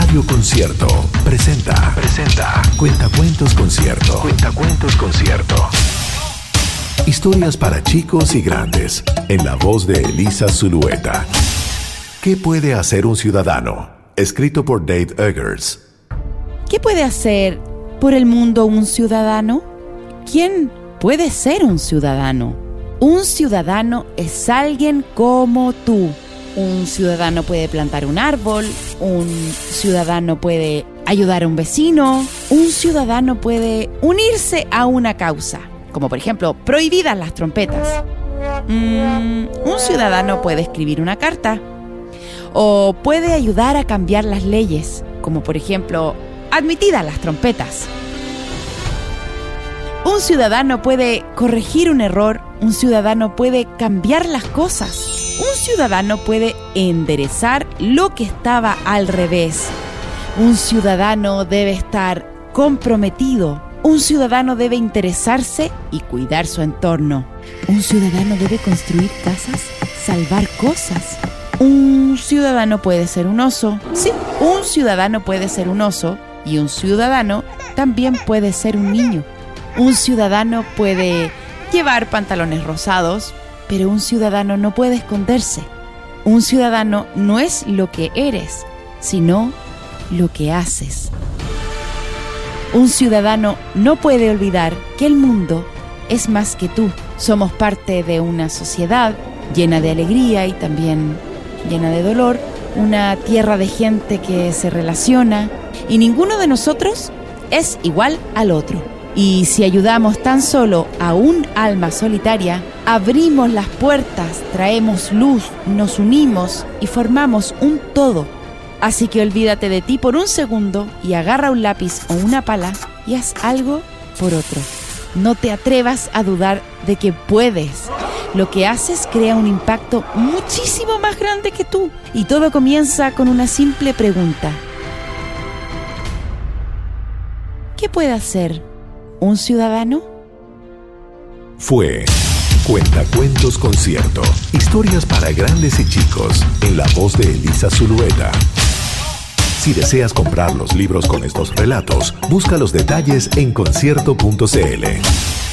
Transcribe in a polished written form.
Radio Concierto presenta Cuentacuentos Concierto. Historias para chicos y grandes, en la voz de Elisa Zulueta. ¿Qué puede hacer un ciudadano? Escrito por Dave Eggers. ¿Qué puede hacer por el mundo un ciudadano? ¿Quién puede ser un ciudadano? Un ciudadano es alguien como tú. Un ciudadano puede plantar un árbol, un ciudadano puede ayudar a un vecino, un ciudadano puede unirse a una causa, como por ejemplo, prohibidas las trompetas. Un ciudadano puede escribir una carta, o puede ayudar a cambiar las leyes, como por ejemplo, admitidas las trompetas. Un ciudadano puede corregir un error, un ciudadano puede cambiar las cosas. Un ciudadano puede enderezar lo que estaba al revés. Un ciudadano debe estar comprometido. Un ciudadano debe interesarse y cuidar su entorno. Un ciudadano debe construir casas, salvar cosas. Un ciudadano puede ser un oso. Sí, un ciudadano puede ser un oso y un ciudadano también puede ser un niño. Un ciudadano puede llevar pantalones rosados, pero un ciudadano no puede esconderse. Un ciudadano no es lo que eres, sino lo que haces. Un ciudadano no puede olvidar que el mundo es más que tú. Somos parte de una sociedad llena de alegría y también llena de dolor, una tierra de gente que se relaciona y ninguno de nosotros es igual al otro. Y si ayudamos tan solo a un alma solitaria, abrimos las puertas, traemos luz, nos unimos y formamos un todo. Así que olvídate de ti por un segundo y agarra un lápiz o una pala y haz algo por otro. No te atrevas a dudar de que puedes. Lo que haces crea un impacto muchísimo más grande que tú. Y todo comienza con una simple pregunta. ¿Qué puede hacer un ciudadano? Fue Cuentacuentos Concierto. Historias para grandes y chicos, en la voz de Elisa Zulueta. Si deseas comprar los libros con estos relatos, busca los detalles en concierto.cl.